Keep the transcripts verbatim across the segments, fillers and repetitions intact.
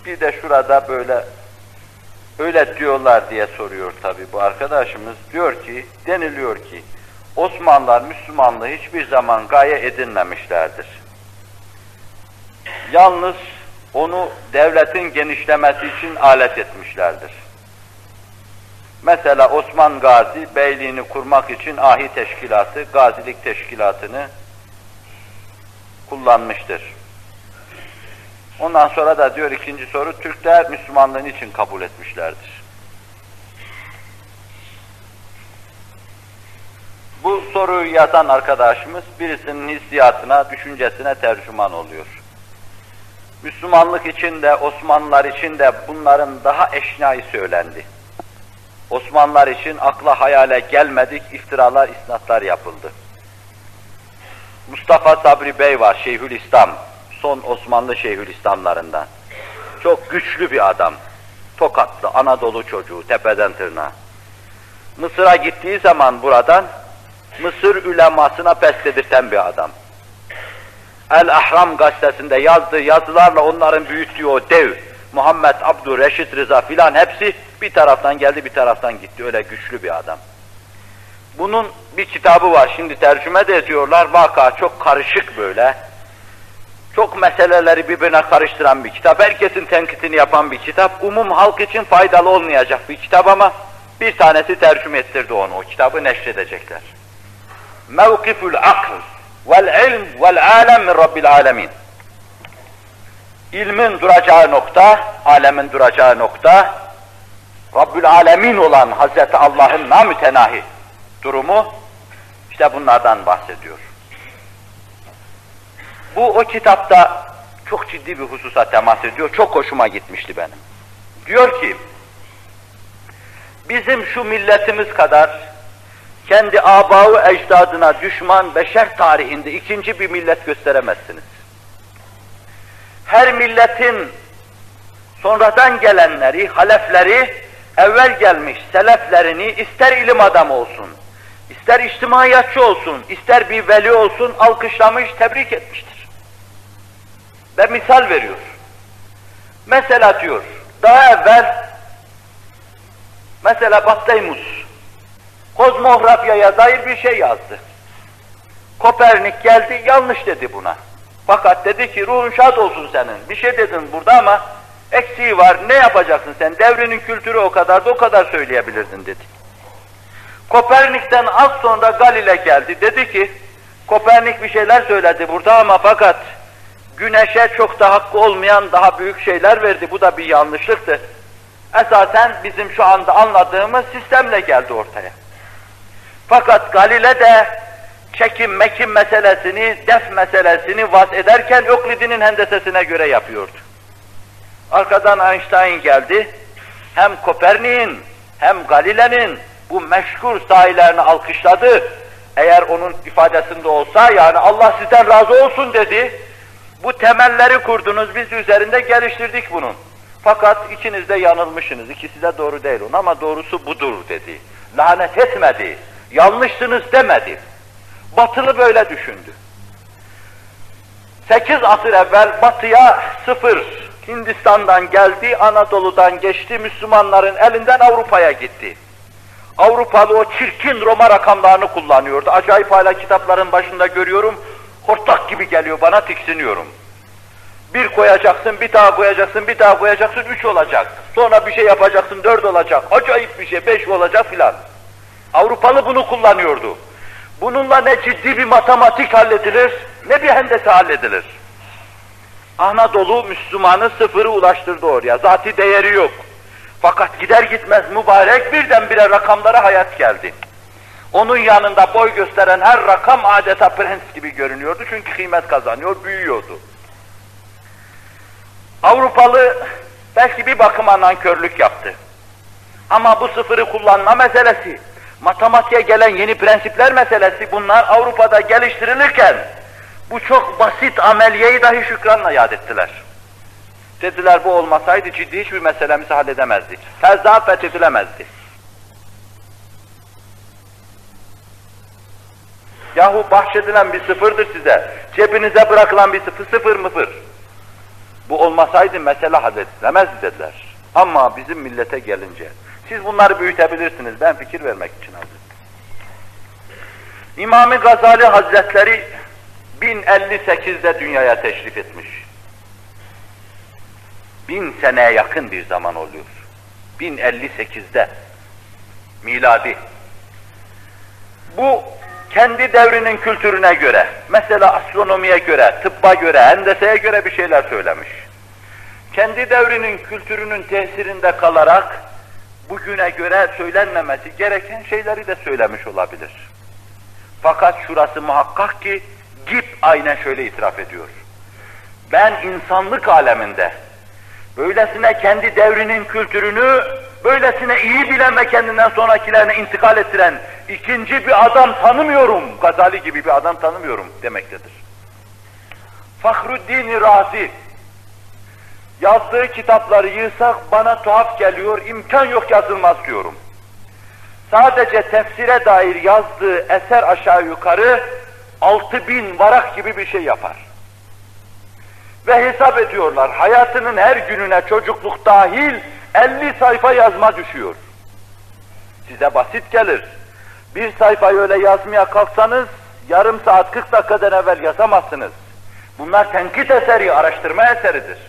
Bir de şurada böyle öyle diyorlar diye soruyor tabii bu arkadaşımız. Diyor ki, deniliyor ki Osmanlılar Müslümanlığı hiçbir zaman gaye edinmemişlerdir. Yalnız onu devletin genişlemesi için alet etmişlerdir. Mesela Osman Gazi beyliğini kurmak için ahi teşkilatı, gazilik teşkilatını kullanmıştır. Ondan sonra da diyor ikinci soru, Türkler Müslümanlığı için kabul etmişlerdir. Bu soruyu yazan arkadaşımız birisinin hissiyatına, düşüncesine tercüman oluyor. Müslümanlık için de, Osmanlılar için de bunların daha eşnai söylendi. Osmanlılar için akla hayale gelmedik iftiralar, isnatlar yapıldı. Mustafa Sabri Bey var, Şeyhülislam, son Osmanlı Şeyhülislamlarından. Çok güçlü bir adam, Tokatlı, Anadolu çocuğu, tepeden tırnağa. Mısır'a gittiği zaman buradan, Mısır ülemasına pes dedirten bir adam. El-Ahram gazetesinde yazdığı yazılarla onların büyüttüğü o dev, Muhammed Abdülreşit Rıza filan hepsi bir taraftan geldi, bir taraftan gitti. Öyle güçlü bir adam. Bunun bir kitabı var, şimdi tercüme de ediyorlar, vaka çok karışık böyle. Çok meseleleri birbirine karıştıran bir kitap, herkesin tenkitini yapan bir kitap, umum halk için faydalı olmayacak bir kitap ama bir tanesi tercüme ettirdi onu, o kitabı neşredecekler. Mevkiful akl vel ilm vel alem min Rabbil alemin. İlmin duracağı nokta, alemin duracağı nokta, Rabbül alemin olan Hazreti Allah'ın namütenahi durumu, işte bunlardan bahsediyor. Bu o kitapta çok ciddi bir hususa temas ediyor, çok hoşuma gitmişti benim. Diyor ki, bizim şu milletimiz kadar kendi âbâ-ı ecdadına düşman beşer tarihinde ikinci bir millet gösteremezsiniz. Her milletin sonradan gelenleri, halefleri, evvel gelmiş seleflerini ister ilim adamı olsun, ister içtimaiyatçı olsun, ister bir veli olsun alkışlamış, tebrik etmiştir. Ve misal veriyor. Mesela diyor, daha evvel, mesela Battalmus, kozmografyaya dair bir şey yazdı. Kopernik geldi, yanlış dedi buna. Fakat dedi ki, ruhun şad olsun senin, bir şey dedin burada ama eksiği var, ne yapacaksın sen, devrinin kültürü o kadar da o kadar söyleyebilirdin dedi. Kopernik'ten az sonra Galile geldi, dedi ki, Kopernik bir şeyler söyledi burada ama fakat güneşe çok da hakkı olmayan daha büyük şeyler verdi, bu da bir yanlışlıktı. Esasen bizim şu anda anladığımız sistemle geldi ortaya. Fakat Galile de çekim mekim meselesini, def meselesini vaz ederken Öklid'in hendesesine göre yapıyordu. Arkadan Einstein geldi, hem Kopernik'in hem Galile'nin bu meşgul sahilerini alkışladı. Eğer onun ifadesinde olsa, yani Allah sizden razı olsun dedi, bu temelleri kurdunuz, biz üzerinde geliştirdik bunun. Fakat ikiniz de yanılmışsınız, ikisi de doğru değil onun ama doğrusu budur dedi. Lanet etmedi, yanlışsınız demedi. Batılı böyle düşündü. Sekiz asır evvel batıya sıfır, Hindistan'dan geldi, Anadolu'dan geçti, Müslümanların elinden Avrupa'ya gitti. Avrupalı o çirkin Roma rakamlarını kullanıyordu. Acayip hala kitapların başında görüyorum, hortlak gibi geliyor bana, tiksiniyorum. Bir koyacaksın, bir daha koyacaksın, bir daha koyacaksın, üç olacak. Sonra bir şey yapacaksın, dört olacak. Acayip bir şey, beş olacak filan. Avrupalı bunu kullanıyordu. Bununla ne ciddi bir matematik halledilir, ne bir hendese halledilir. Anadolu Müslümanı sıfırı ulaştırdı oraya, zati değeri yok. Fakat gider gitmez mübarek birdenbire rakamlara hayat geldi. Onun yanında boy gösteren her rakam adeta prens gibi görünüyordu çünkü kıymet kazanıyor, büyüyordu. Avrupalı belki bir bakıma nankörlük yaptı. Ama bu sıfırı kullanma meselesi, matematiğe gelen yeni prensipler meselesi, bunlar Avrupa'da geliştirilirken bu çok basit ameliyeyi dahi şükranla yad ettiler. Dediler bu olmasaydı ciddi hiçbir meselemizi halledemezdik. Fezzah fethedilemezdi. Yahu bahşedilen bir sıfırdır size. Cebinize bırakılan bir sıfır, sıfır mıfır. Bu olmasaydı mesele halledilemezdi dediler. Ama bizim millete gelince, siz bunları büyütebilirsiniz, ben fikir vermek için hazırım. İmam-ı Gazali Hazretleri bin elli sekizde dünyaya teşrif etmiş. Bin seneye yakın bir zaman oluyor. bin elli sekizde miladi. Bu kendi devrinin kültürüne göre, mesela astronomiye göre, tıbba göre, hendeseye göre bir şeyler söylemiş. Kendi devrinin kültürünün tesirinde kalarak bugüne göre söylenmemesi gereken şeyleri de söylemiş olabilir. Fakat şurası muhakkak ki Gibb aynen şöyle itiraf ediyor. Ben insanlık aleminde böylesine kendi devrinin kültürünü, böylesine iyi bilen ve kendinden sonrakilerine intikal ettiren ikinci bir adam tanımıyorum, Gazali gibi bir adam tanımıyorum demektedir. Fahruddin Razi, yazdığı kitapları yığsak bana tuhaf geliyor, imkan yok yazılmaz diyorum. Sadece tefsire dair yazdığı eser aşağı yukarı altı bin varak gibi bir şey yapar. Ve hesap ediyorlar, hayatının her gününe çocukluk dahil elli sayfa yazma düşüyor. Size basit gelir. Bir sayfayı öyle yazmaya kalksanız, yarım saat kırk dakikadan evvel yazamazsınız. Bunlar tenkit eseri, araştırma eseridir.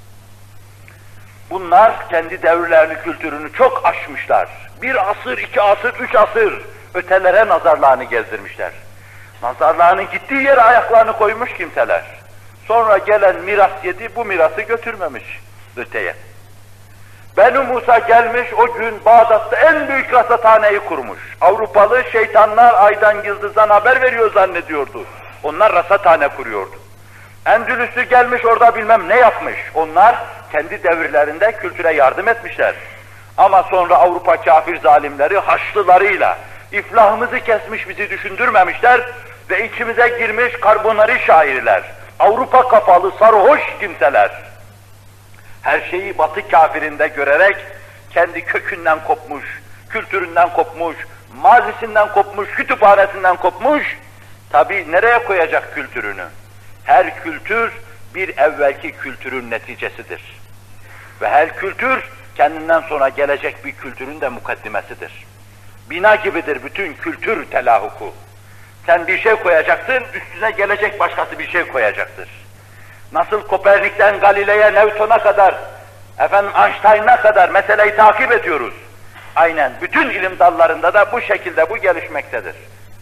Bunlar kendi devirlerini, kültürünü çok aşmışlar. Bir asır, iki asır, üç asır ötelere nazarlarını gezdirmişler. Nazarlarının gittiği yere ayaklarını koymuş kimseler. Sonra gelen miras yedi, bu mirası götürmemiş öteye. Benu Musa gelmiş, o gün Bağdat'ta en büyük rasathaneyi kurmuş. Avrupalı şeytanlar aydan yıldızdan haber veriyor zannediyordu. Onlar rasathane kuruyordu. Endülüslü gelmiş, orada bilmem ne yapmış. Onlar kendi devirlerinde kültüre yardım etmişler. Ama sonra Avrupa kafir zalimleri haçlılarıyla iflahımızı kesmiş, bizi düşündürmemişler ve içimize girmiş karbonari şairler, Avrupa kafalı sarhoş kimseler, her şeyi Batı kafirinde görerek kendi kökünden kopmuş, kültüründen kopmuş, mazisinden kopmuş, kütüphanesinden kopmuş. Tabii nereye koyacak kültürünü? Her kültür bir evvelki kültürün neticesidir. Ve her kültür kendinden sonra gelecek bir kültürün de mukaddimesidir. Bina gibidir bütün kültür telahuku. Sen bir şey koyacaksın, üstüne gelecek başkası bir şey koyacaktır. Nasıl Kopernik'ten Galile'ye, Newton'a kadar, efendim Einstein'a kadar meseleyi takip ediyoruz. Aynen bütün ilim dallarında da bu şekilde bu gelişmektedir.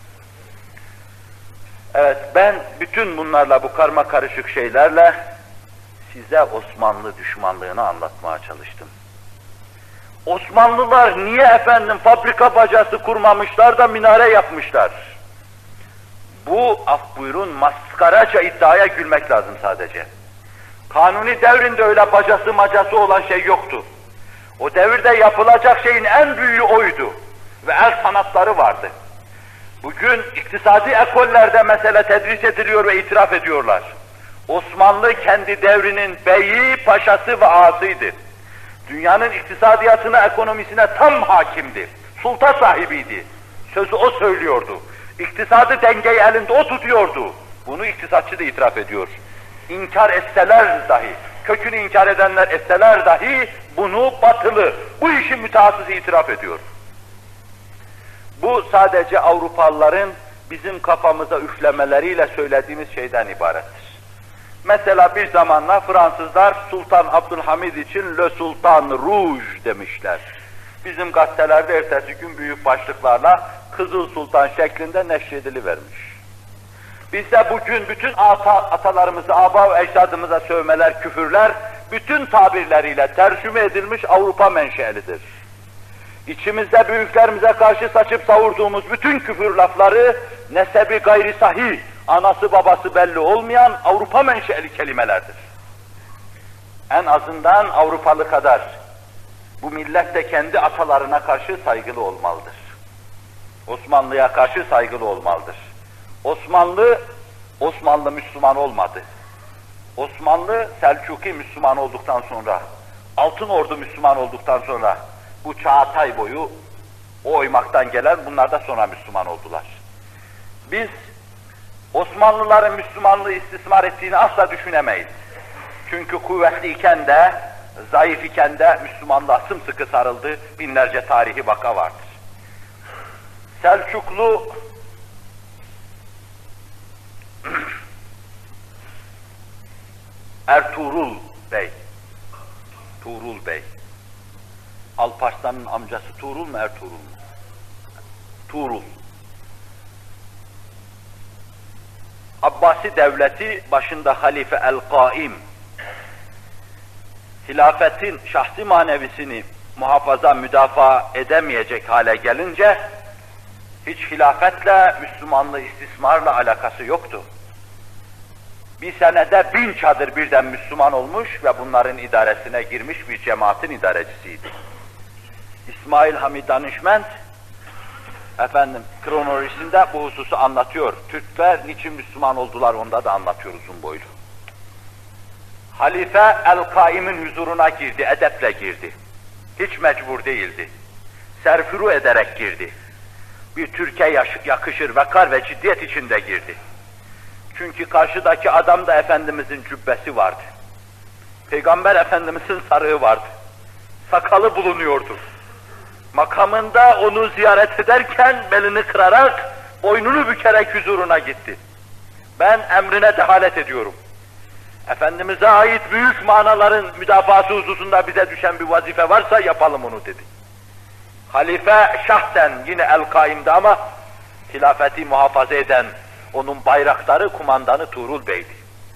Evet, ben bütün bunlarla, bu karma karışık şeylerle size Osmanlı düşmanlığını anlatmaya çalıştım. Osmanlılar niye efendim fabrika bacası kurmamışlar da minare yapmışlar? Bu, af buyurun, maskaraca iddiaya gülmek lazım sadece. Kanuni devrinde öyle bacası macası olan şey yoktu. O devirde yapılacak şeyin en büyüğü oydu. Ve el sanatları vardı. Bugün iktisadi ekollerde mesele tedris ediliyor ve itiraf ediyorlar. Osmanlı kendi devrinin beyi, paşası ve ağasıydı. Dünyanın iktisadiyatına, ekonomisine tam hakimdi. Sulta sahibiydi. Sözü o söylüyordu. İktisadı dengeyi elinde o tutuyordu. Bunu iktisatçı da itiraf ediyor. İnkar etseler dahi, kökünü inkar edenler etseler dahi bunu batılı, bu işin mütehassısı itiraf ediyor. Bu sadece Avrupalıların bizim kafamıza üflemeleriyle söylediğimiz şeyden ibarettir. Mesela bir zamanlar Fransızlar Sultan Abdülhamid için Le Sultan Rouge demişler. Bizim gazetelerde ertesi gün büyük başlıklarla Kızıl Sultan şeklinde neşredilivermiş. Biz de bugün bütün ata, atalarımızı, aba ve ecdadımıza sövmeler, küfürler, bütün tabirleriyle tercüme edilmiş Avrupa menşelidir. İçimizde büyüklerimize karşı saçıp savurduğumuz bütün küfür lafları, nesebi gayri sahih, anası babası belli olmayan Avrupa menşeli kelimelerdir. En azından Avrupalı kadar bu millet de kendi atalarına karşı saygılı olmalıdır. Osmanlı'ya karşı saygılı olmalıdır. Osmanlı, Osmanlı Müslüman olmadı. Osmanlı, Selçuki Müslüman olduktan sonra, Altın Ordu Müslüman olduktan sonra, bu Çağatay boyu o oymaktan gelen bunlar da sonra Müslüman oldular. Biz Osmanlıların Müslümanlığı istismar ettiğini asla düşünemeyiz. Çünkü kuvvetliyken de, zayıf iken de Müslümanlığa sımsıkı sarıldı, binlerce tarihi vaka vardır. Selçuklu Ertuğrul Bey, Tuğrul Bey, Alparslan'ın amcası Tuğrul mu Ertuğrul mu? Tuğrul. Abbasi devleti başında Halife el-Kaim, hilafetin şahsi manevisini muhafaza, müdafaa edemeyecek hale gelince, hiç hilafetle, Müslümanlığı istismarla alakası yoktu. Bir senede bin çadır birden Müslüman olmuş ve bunların idaresine girmiş bir cemaatin idarecisiydi. İsmail Hamid Danışment, efendim, kronolojisinde bu hususu anlatıyor. Türkler niçin Müslüman oldular, onda da anlatıyor uzun boylu. Halife el-Kaim'in huzuruna girdi, edeple girdi. Hiç mecbur değildi. Serfuru ederek girdi. Bir Türkiye yakışır, vakar ve ciddiyet içinde girdi. Çünkü karşıdaki adamda Efendimizin cübbesi vardı. Peygamber Efendimizin sarığı vardı. Sakalı bulunuyordu. Makamında onu ziyaret ederken belini kırarak, boynunu bükerek huzuruna gitti. Ben emrine dehalet ediyorum. Efendimiz'e ait büyük manaların müdafası hususunda bize düşen bir vazife varsa yapalım onu dedi. Halife şahsen yine el-Kaim'di ama hilafeti muhafaza eden onun bayraktarı, kumandanı Tuğrul Bey'di.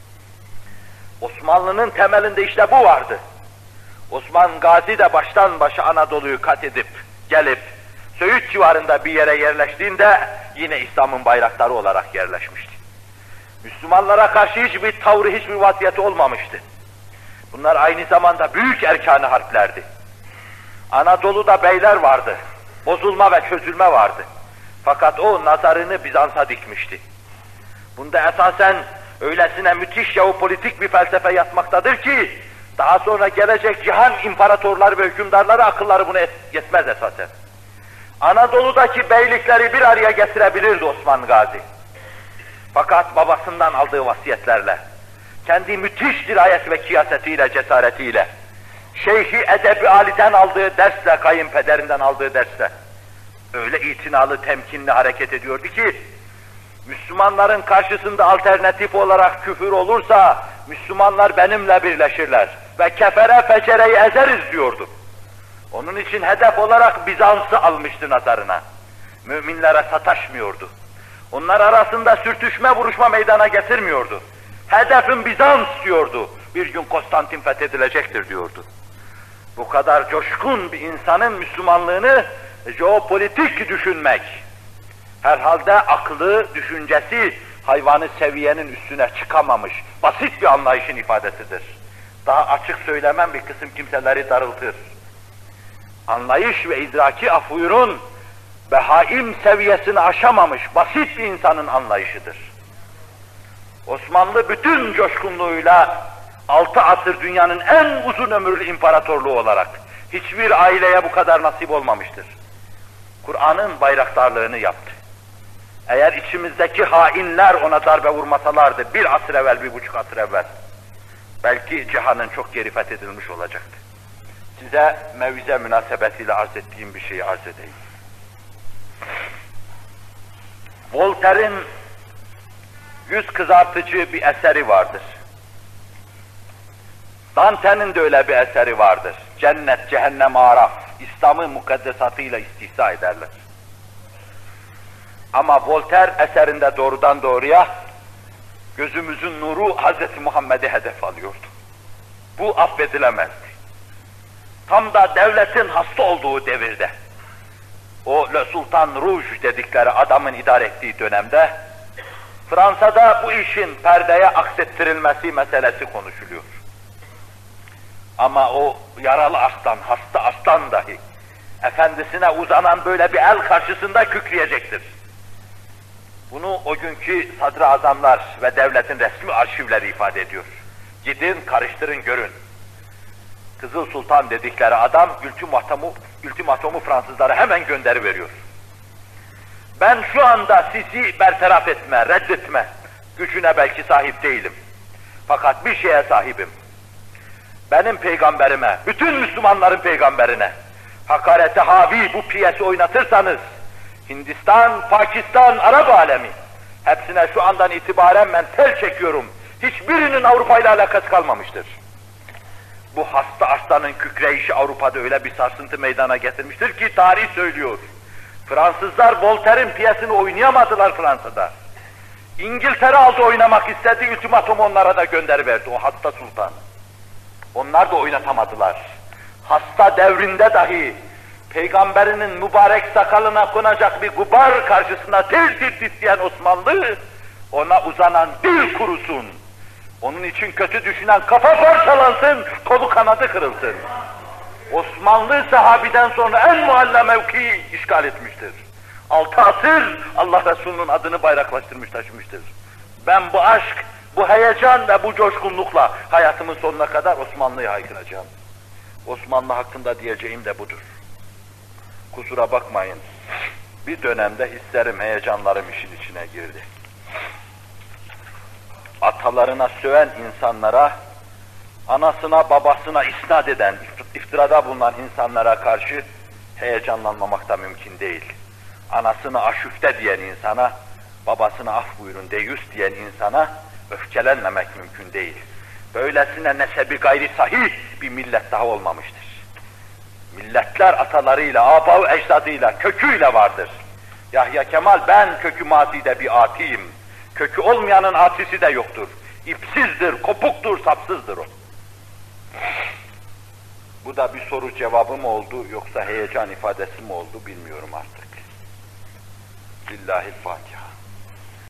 Osmanlı'nın temelinde işte bu vardı. Osman Gazi de baştan başa Anadolu'yu kat edip, gelip, Söğüt civarında bir yere yerleştiğinde yine İslam'ın bayraktarı olarak yerleşmişti. Müslümanlara karşı hiçbir tavrı, hiçbir vaziyeti olmamıştı. Bunlar aynı zamanda büyük erkan-ı harplerdi. Anadolu'da beyler vardı, bozulma ve çözülme vardı. Fakat o nazarını Bizans'a dikmişti. Bunda esasen öylesine müthiş jeopolitik bir felsefe yatmaktadır ki, daha sonra gelecek cihan imparatorları ve hükümdarları akılları buna yetmez esasen. Anadolu'daki beylikleri bir araya getirebilirdi Osman Gazi. Fakat babasından aldığı vasiyetlerle, kendi müthiş dirayet ve kıyasetiyle, cesaretiyle, Şeyh-i Edebi Ali'den aldığı dersle, kayınpederinden aldığı dersle, öyle itinalı, temkinli hareket ediyordu ki, Müslümanların karşısında alternatif olarak küfür olursa, Müslümanlar benimle birleşirler ve kefere fecereyi ezeriz diyordu. Onun için hedef olarak Bizans'ı almıştı nazarına. Müminlere sataşmıyordu. Onlar arasında sürtüşme, vuruşma meydana getirmiyordu. Hedefim Bizans diyordu. Bir gün Konstantin fethedilecektir diyordu. Bu kadar coşkun bir insanın Müslümanlığını jeopolitik düşünmek, herhalde aklı, düşüncesi hayvanı seviyenin üstüne çıkamamış, basit bir anlayışın ifadesidir. Daha açık söylemem bir kısım kimseleri darıltır. Anlayış ve idraki afuyurun, behaim seviyesini aşamamış, basit bir insanın anlayışıdır. Osmanlı bütün coşkunluğuyla, altı asır dünyanın en uzun ömürlü imparatorluğu olarak, hiçbir aileye bu kadar nasip olmamıştır. Kur'an'ın bayraktarlığını yaptı. Eğer içimizdeki hainler ona darbe vurmasalardı, bir asır evvel, bir buçuk asır evvel, belki cihanın çok geri fethedilmiş olacaktı. Size mevize münasebetiyle arz ettiğim bir şeyi arz edeyim. Voltaire'in yüz kızartıcı bir eseri vardır. Dante'nin de öyle bir eseri vardır. Cennet, cehennem, araf, İslam'ın mukaddesatıyla istihza ederler. Ama Voltaire eserinde doğrudan doğruya gözümüzün nuru Hazreti Muhammed'i hedef alıyordu. Bu affedilemezdi. Tam da devletin hasta olduğu devirde, o Le Sultan Rouge dedikleri adamın idare ettiği dönemde, Fransa'da bu işin perdeye aksettirilmesi meselesi konuşuluyor. Ama o yaralı aslan, hasta aslan dahi, efendisine uzanan böyle bir el karşısında kükreyecektir. Bunu o günkü sadr-ı azamlar ve devletin resmi arşivleri ifade ediyor. Gidin, karıştırın, görün. Kızıl Sultan dedikleri adam ultimatomu, ultimatomu Fransızlara hemen gönderiveriyor. Ben şu anda sizi bertaraf etme, reddetme gücüne belki sahip değilim. Fakat bir şeye sahibim. benim peygamberime, bütün Müslümanların peygamberine hakarete havi bu piyesi oynatırsanız, Hindistan, Pakistan, Arap alemi, hepsine şu andan itibaren ben tel çekiyorum. Hiçbirinin Avrupa ile alakası kalmamıştır. Bu hasta aslanın kükreyişi Avrupa'da öyle bir sarsıntı meydana getirmiştir ki tarih söylüyor. Fransızlar Voltaire'in piyesini oynayamadılar Fransa'da. İngiltere aldı oynamak istedi, ultimatum onlara da gönderiverdi o hasta sultan. Onlar da oynatamadılar. Hasta devrinde dahi Peygamberinin mübarek sakalına konacak bir gubar karşısında tir tir titreyen Osmanlı, ona uzanan dil kurusun. Onun için kötü düşünen kafa parçalansın, kolu kanadı kırılsın. Osmanlı sahabiden sonra en mualla mevkiyi işgal etmiştir. Altı asır Allah Resulü'nün adını bayraklaştırmış taşımıştır. Ben bu aşk, bu heyecan ve bu coşkunlukla hayatımın sonuna kadar Osmanlı'yı haykıracağım. Osmanlı hakkında diyeceğim de budur. Kusura bakmayın, bir dönemde hislerim, heyecanlarım işin içine girdi. Atalarına söven insanlara, anasına babasına isnat eden, iftirada bulunan insanlara karşı heyecanlanmamak da mümkün değil. Anasını aşüfte diyen insana, babasına af buyurun deyüs diyen insana öfkelenmemek mümkün değil. Böylesine nesebi gayri sahih bir millet daha olmamıştır. Milletler atalarıyla, âbâ-u ecdadıyla, köküyle vardır. Yahya Kemal, ben kökü mazide bir atiyim. Kökü olmayanın atisi de yoktur. İpsizdir, kopuktur, sapsızdır o. Bu da bir soru cevabı mı oldu, yoksa heyecan ifadesi mi oldu bilmiyorum artık. Lillahil Fatiha.